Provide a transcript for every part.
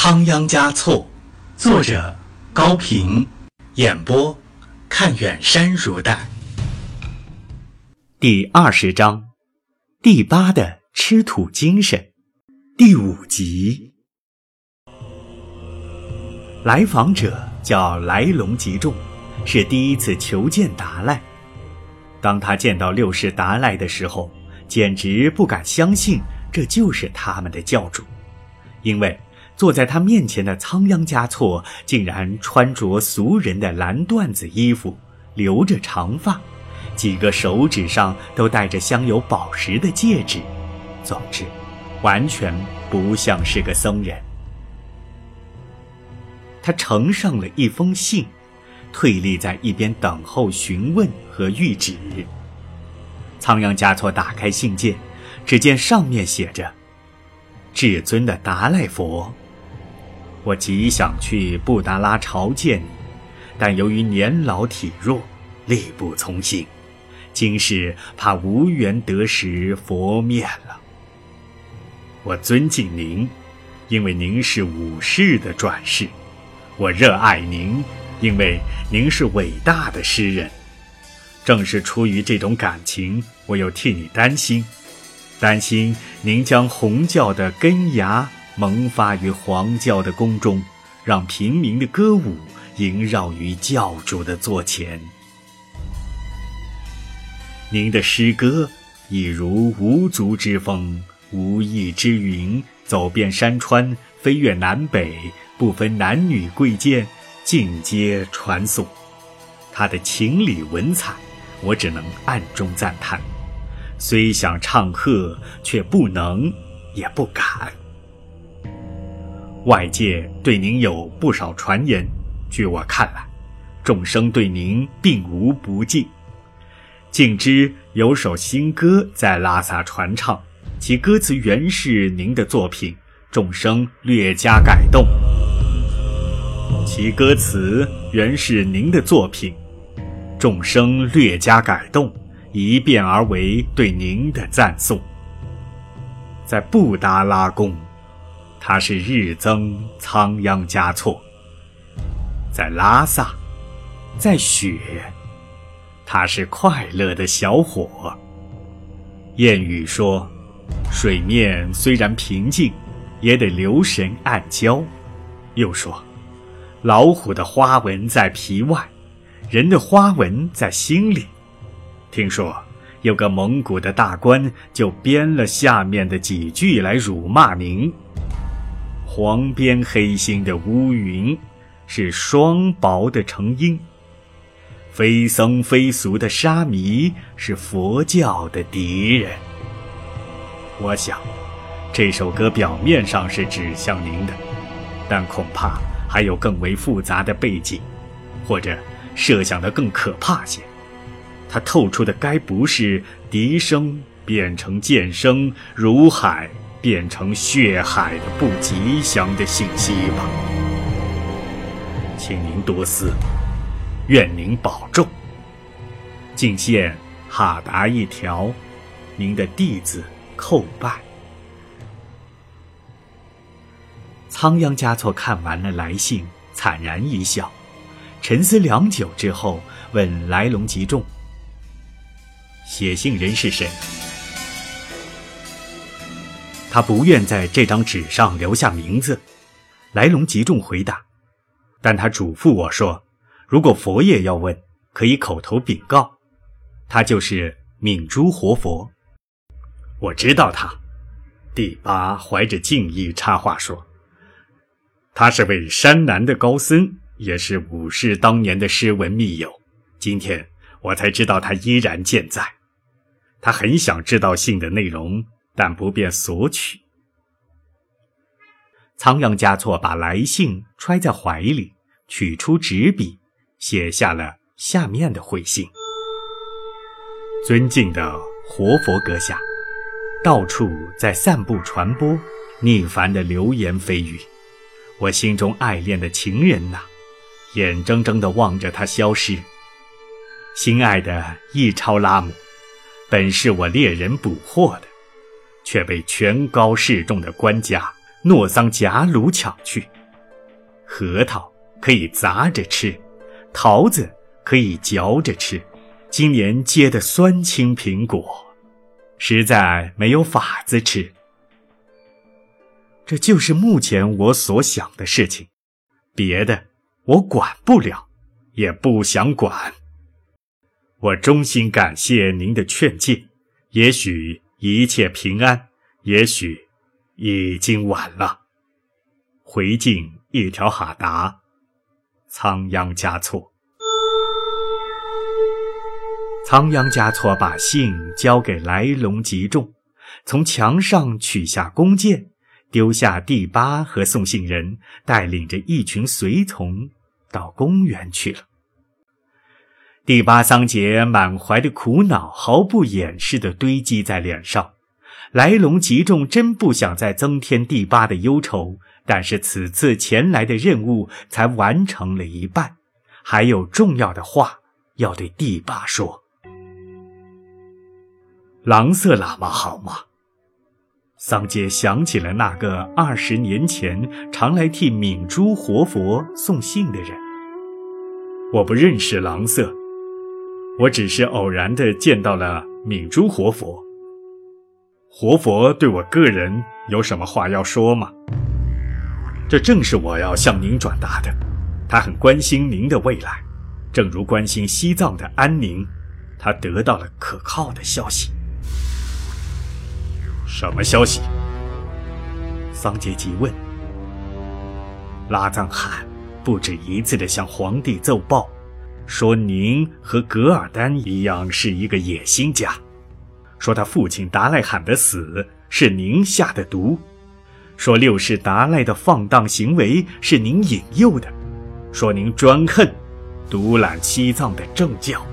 仓央嘉措，作者高平，演播看远山如黛。 第20章，第8的吃土精神，第5集。来访者叫来龙吉众，是第一次求见达赖。当他见到六世达赖的时候，简直不敢相信这就是他们的教主，因为坐在他面前的仓央嘉措竟然穿着俗人的蓝缎子衣服，留着长发，几个手指上都戴着镶有宝石的戒指，总之完全不像是个僧人。他呈上了一封信，退立在一边等候询问和谕旨。仓央嘉措打开信件，只见上面写着：至尊的达赖佛，我极想去布达拉朝见你，但由于年老体弱，力不从心，今世怕无缘得识佛面了。我尊敬您，因为您是武士的转世；我热爱您，因为您是伟大的诗人。正是出于这种感情，我又替你担心您将红教的根芽萌发于黄教的宫中，让平民的歌舞萦绕于教主的座前。您的诗歌亦如无足之风，无翼之云，走遍山川，飞越南北，不分男女贵贱，尽皆传颂。他的情理文采，我只能暗中赞叹，虽想唱和，却不能也不敢。外界对您有不少传言，据我看来，众生对您并无不敬。竟知有首新歌在拉萨传唱，其歌词原是您的作品，众生略加改动。一变而为对您的赞颂。在布达拉宫，他是日增仓央嘉措；在拉萨，在雪，他是快乐的小伙。谚语说，水面虽然平静，也得留神暗礁。又说，老虎的花纹在皮外，人的花纹在心里。听说有个蒙古的大官就编了下面的几句来辱骂您：黄边黑心的乌云是双薄的成因，非僧非俗的沙弥是佛教的敌人。我想这首歌表面上是指向您的，但恐怕还有更为复杂的背景，或者设想得更可怕些。它透出的该不是笛声变成剑声，如海变成血海的不吉祥的信息吧？请您多思，愿您保重。敬献哈达一条，您的弟子叩拜。仓央嘉措看完了来信，惨然一笑，沉思良久之后，问来龙吉众：写信人是谁？他不愿在这张纸上留下名字。来龙吉众回答，但他嘱咐我说，如果佛爷要问，可以口头禀告。他就是敏珠活佛。我知道他。第8怀着敬意插话说，他是位山南的高僧，也是武士当年的诗文密友。今天我才知道他依然健在。他很想知道信的内容，但不便索取。仓央嘉措把来信揣在怀里，取出纸笔，写下了下面的回信：尊敬的活佛阁下，到处在散布传播逆凡的流言蜚语，我心中爱恋的情人呐，眼睁睁地望着他消失。心爱的一超拉姆，本是我猎人捕获的，却被权高势重的官家诺桑贾鲁抢去。 核桃可以砸着吃，桃子可以嚼着吃，今年结的酸青苹果，实在没有法子吃。这就是目前我所想的事情，别的我管不了，也不想管。我衷心感谢您的劝诫，也许一切平安，也许已经晚了。回敬一条哈达，仓央嘉措。仓央嘉措把信交给来龙吉仲，从墙上取下弓箭，丢下第八和送信人，带领着一群随从到公园去了。第八桑杰满怀的苦恼毫不掩饰地堆积在脸上，来龙吉仲真不想再增添第八的忧愁，但是此次前来的任务才完成了一半，还有重要的话要对第八说。郎色喇嘛好吗？桑杰想起了那个20年前常来替敏珠活佛送信的人。我不认识郎色，我只是偶然地见到了敏珠活佛。活佛对我个人有什么话要说吗？这正是我要向您转达的。他很关心您的未来，正如关心西藏的安宁。他得到了可靠的消息。什么消息？桑杰急问。拉藏汗不止一次地向皇帝奏报，说您和噶尔丹一样是一个野心家，说他父亲达赖罕的死是您下的毒，说六世达赖的放荡行为是您引诱的，说您专横独揽西藏的政教。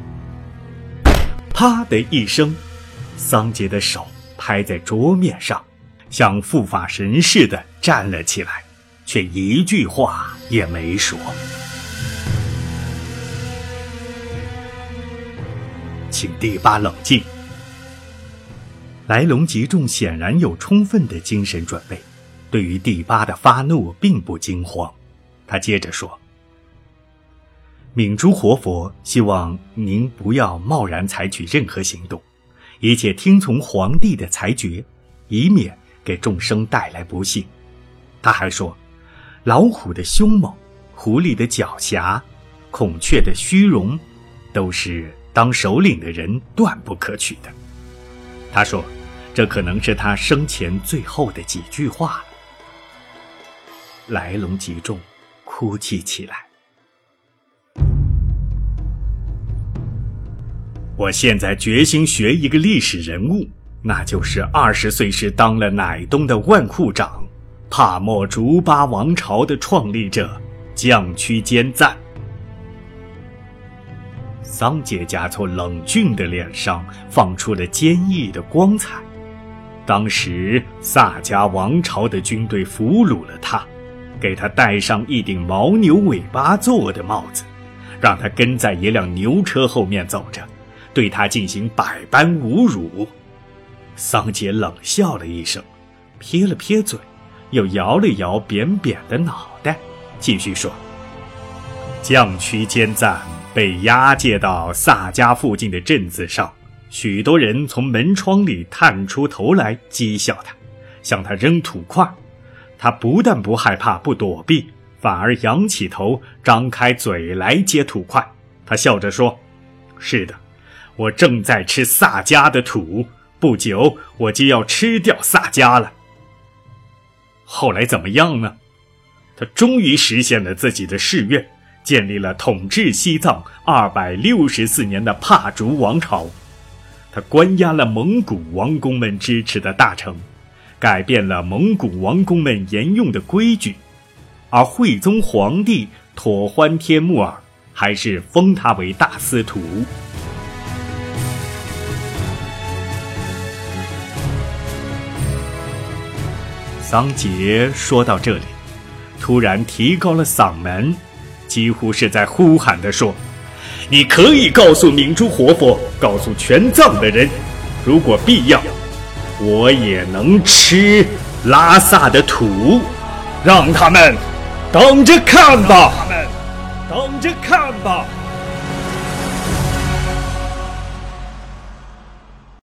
啪的一声，桑杰的手拍在桌面上，像护法神似的站了起来，却一句话也没说。请第八冷静。来龙吉仲显然有充分的精神准备，对于第八的发怒并不惊慌。他接着说，敏珠活佛希望您不要贸然采取任何行动，一切听从皇帝的裁决，以免给众生带来不幸。他还说，老虎的凶猛，狐狸的狡黠，孔雀的虚荣，都是当首领的人断不可取的。他说，这可能是他生前最后的几句话了。来龙吉仲哭泣起来。我现在决心学一个历史人物，那就是20岁时当了乃东的万库长，帕莫竹巴王朝的创立者降区坚赞。桑杰嘉措冷峻的脸上放出了坚毅的光彩。当时萨迦王朝的军队俘虏了他，给他戴上一顶牦牛尾巴做的帽子，让他跟在一辆牛车后面走着，对他进行百般侮辱。桑杰冷笑了一声，撇了撇嘴，又摇了摇扁扁的脑袋，继续说，降区坚赞被押解到萨迦附近的镇子上，许多人从门窗里探出头来讥笑他，向他扔土块。他不但不害怕不躲避，反而仰起头张开嘴来接土块。他笑着说，是的，我正在吃萨迦的土，不久我就要吃掉萨迦了。后来怎么样呢？他终于实现了自己的誓愿，建立了统治西藏264年的帕竹王朝。他关押了蒙古王公们支持的大臣，改变了蒙古王公们沿用的规矩，而惠宗皇帝妥欢帖木儿还是封他为大司徒。桑杰说到这里，突然提高了嗓门，几乎是在呼喊地说，你可以告诉明珠活佛，告诉全藏的人，如果必要，我也能吃拉萨的土，让他们等着看吧，等着看吧。